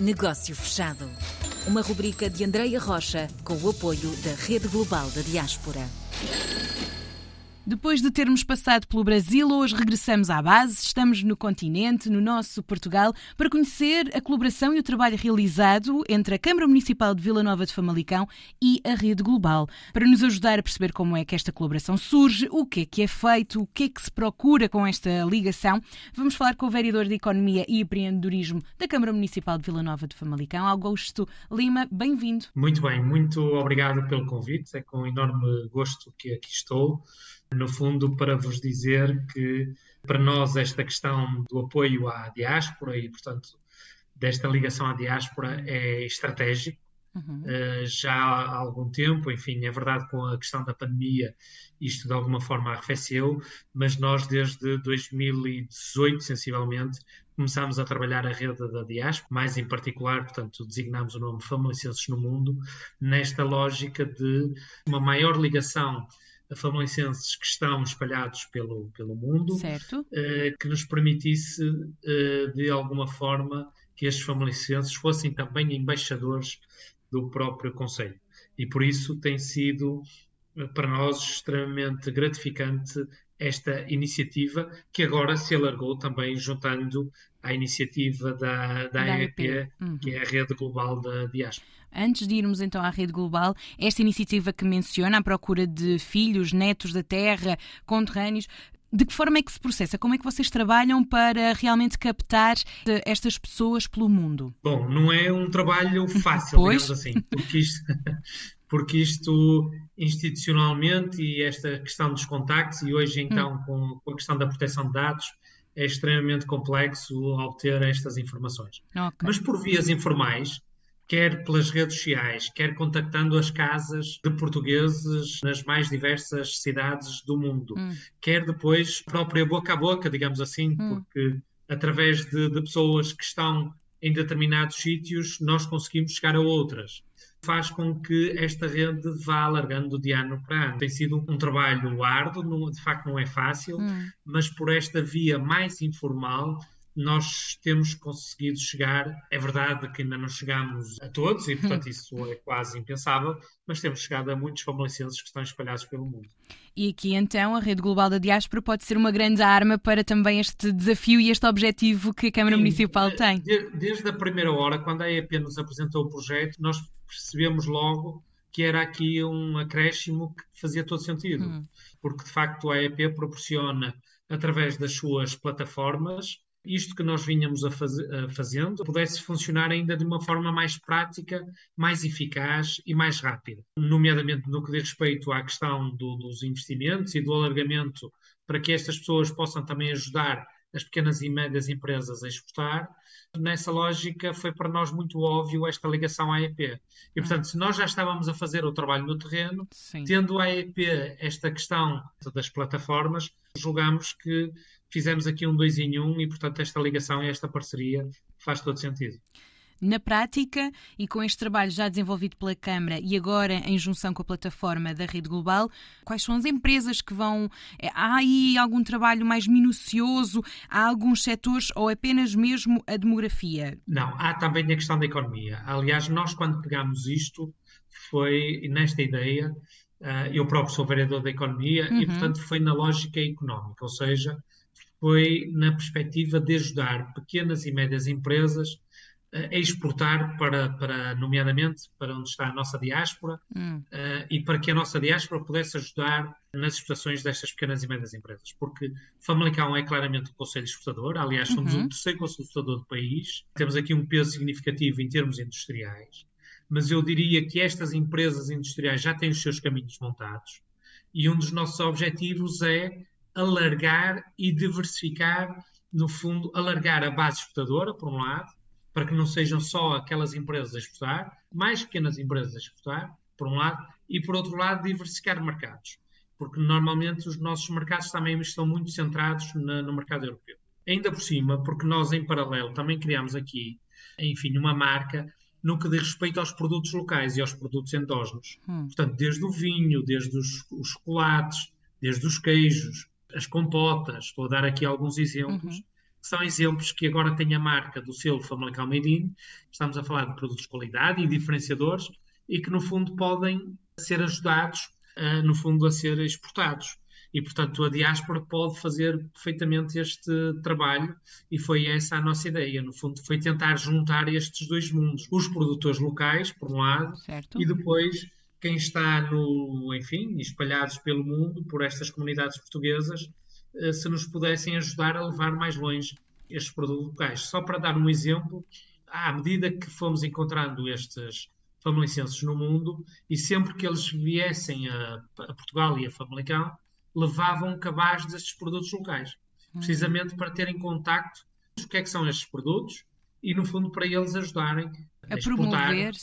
Negócio Fechado. Uma rubrica de Andreia Rocha com o apoio da Rede Global da Diaspora. Depois de termos passado pelo Brasil, hoje regressamos à base. Estamos no continente, no nosso Portugal, para conhecer a colaboração e o trabalho realizado entre a Câmara Municipal de Vila Nova de Famalicão e a Rede Global. Para nos ajudar a perceber como é que esta colaboração surge, o que é feito, o que é que se procura com esta ligação, vamos falar com o vereador de Economia e Empreendedorismo da Câmara Municipal de Vila Nova de Famalicão, Augusto Lima. Bem-vindo. Muito bem, muito obrigado pelo convite. É com enorme gosto que aqui estou. No fundo, para vos dizer que, para nós, esta questão do apoio à diáspora e, portanto, desta ligação à diáspora é estratégico. Já há algum tempo, enfim, é verdade, com a questão da pandemia, isto de alguma forma arrefeceu, mas nós, desde 2018, sensivelmente, começámos a trabalhar a rede da diáspora, mais em particular, portanto, designámos o nome Famalicenses no Mundo, nesta lógica de uma maior ligação a famalicenses que estão espalhados pelo mundo, certo. Que nos permitisse, de alguma forma, que estes famalicenses fossem também embaixadores do próprio Conselho. E por isso tem sido, para nós, extremamente gratificante esta iniciativa, que agora se alargou também juntando à iniciativa da AEP, que é a Rede Global da Diáspora. Antes de irmos então à Rede Global, esta iniciativa que menciona, a procura de filhos, netos da terra, conterrâneos, de que forma é que se processa? Como é que vocês trabalham para realmente captar estas pessoas pelo mundo? Bom, não é um trabalho fácil, digamos assim, porque isto institucionalmente e esta questão dos contactos e hoje então com a questão da proteção de dados é extremamente complexo obter estas informações. Okay. Mas por vias informais, quer pelas redes sociais, quer contactando as casas de portugueses nas mais diversas cidades do mundo, quer depois própria boca a boca, digamos assim, porque através de pessoas que estão em determinados sítios, nós conseguimos chegar a outras. Faz com que esta rede vá alargando de ano para ano. Tem sido um trabalho árduo, de facto não é fácil, mas por esta via mais informal, nós temos conseguido chegar. É verdade que ainda não chegamos a todos e, portanto, isso é quase impensável, mas temos chegado a muitos famalicenses que estão espalhados pelo mundo. E aqui, então, a Rede Global da Diáspora pode ser uma grande arma para também este desafio e este objetivo que a Câmara Municipal tem. Desde a primeira hora, quando a AEP nos apresentou o projeto, nós percebemos logo que era aqui um acréscimo que fazia todo sentido, porque, de facto, a AEP proporciona, através das suas plataformas, isto que nós vinhamos fazendo pudesse funcionar ainda de uma forma mais prática, mais eficaz e mais rápida. Nomeadamente no que diz respeito à questão dos investimentos e do alargamento para que estas pessoas possam também ajudar as pequenas e médias empresas a exportar. Nessa lógica foi para nós muito óbvio esta ligação à AEP. E, portanto, se nós já estávamos a fazer o trabalho no terreno, tendo a AEP esta questão das plataformas, julgamos que fizemos aqui um 2 em 1 e, portanto, esta ligação e esta parceria faz todo sentido. Na prática, e com este trabalho já desenvolvido pela Câmara e agora em junção com a plataforma da Rede Global, quais são as empresas que vão... Há aí algum trabalho mais minucioso? Há alguns setores ou apenas mesmo a demografia? Não, há também a questão da economia. Aliás, nós quando pegámos isto, foi nesta ideia, eu próprio sou vereador da Economia e, portanto, foi na lógica económica, ou seja, foi na perspectiva de ajudar pequenas e médias empresas a exportar nomeadamente, para onde está a nossa diáspora e para que a nossa diáspora pudesse ajudar nas exportações destas pequenas e médias empresas. Porque Famalicão é claramente um concelho exportador, aliás, somos o terceiro concelho exportador do país, temos aqui um peso significativo em termos industriais, mas eu diria que estas empresas industriais já têm os seus caminhos montados e um dos nossos objetivos é alargar e diversificar, no fundo, alargar a base exportadora, por um lado, para que não sejam só aquelas empresas a exportar, mais pequenas empresas a exportar, por um lado, e por outro lado, diversificar mercados. Porque normalmente os nossos mercados também estão muito centrados no mercado europeu. Ainda por cima, porque nós em paralelo também criamos aqui, enfim, uma marca no que diz respeito aos produtos locais e aos produtos endógenos. Portanto, desde o vinho, desde os chocolates, desde os queijos, as compotas, estou a dar aqui alguns exemplos, são exemplos que agora têm a marca do selo Famalicão Made in. Estamos a falar de produtos de qualidade e diferenciadores e que, no fundo, podem ser ajudados, no fundo, a ser exportados. E, portanto, a diáspora pode fazer perfeitamente este trabalho e foi essa a nossa ideia. No fundo, foi tentar juntar estes dois mundos. Os produtores locais, por um lado, certo. e depois quem está, enfim, espalhados pelo mundo, por estas comunidades portuguesas, se nos pudessem ajudar a levar mais longe estes produtos locais. Só para dar um exemplo, à medida que fomos encontrando estes famalicenses no mundo, e sempre que eles viessem a Portugal e a Famalicão, levavam cabaz destes produtos locais, precisamente para terem contacto com o que é que são estes produtos e, no fundo, para eles ajudarem a promover,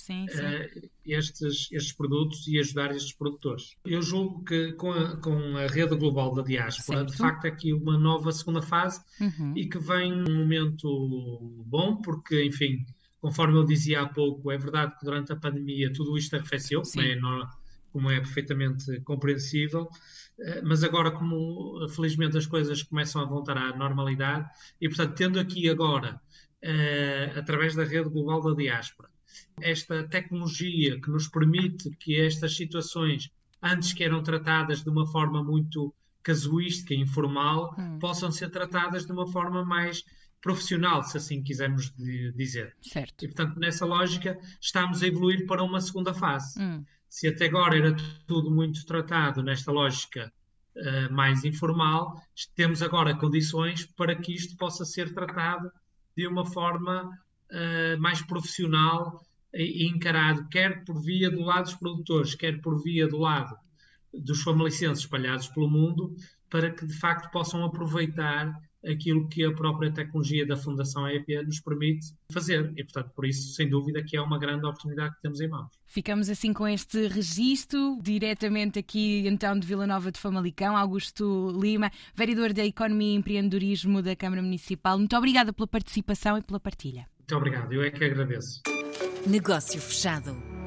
estes produtos e ajudar estes produtores. Eu julgo que com a rede global da diáspora, de facto, é aqui uma nova segunda fase e que vem num momento bom, porque, enfim, conforme eu dizia há pouco, é verdade que durante a pandemia tudo isto arrefeceu, como é perfeitamente compreensível, mas agora, como felizmente as coisas começam a voltar à normalidade, e portanto, tendo aqui agora, através da rede global da diáspora, esta tecnologia que nos permite que estas situações, antes que eram tratadas de uma forma muito casuística e informal, possam ser tratadas de uma forma mais profissional, se assim quisermos dizer. Certo. E, portanto, nessa lógica, estamos a evoluir para uma segunda fase. Se até agora era tudo muito tratado nesta lógica mais informal, temos agora condições para que isto possa ser tratado de uma forma mais profissional e encarado, quer por via do lado dos produtores, quer por via do lado dos famalicenses espalhados pelo mundo, para que de facto possam aproveitar aquilo que a própria tecnologia da Fundação EEP nos permite fazer. E, portanto, por isso, sem dúvida, que é uma grande oportunidade que temos em mãos. Ficamos assim com este registro, diretamente aqui então de Vila Nova de Famalicão. Augusto Lima, vereador da Economia e Empreendedorismo da Câmara Municipal. Muito obrigada pela participação e pela partilha. Muito obrigado, eu é que agradeço. Negócio fechado.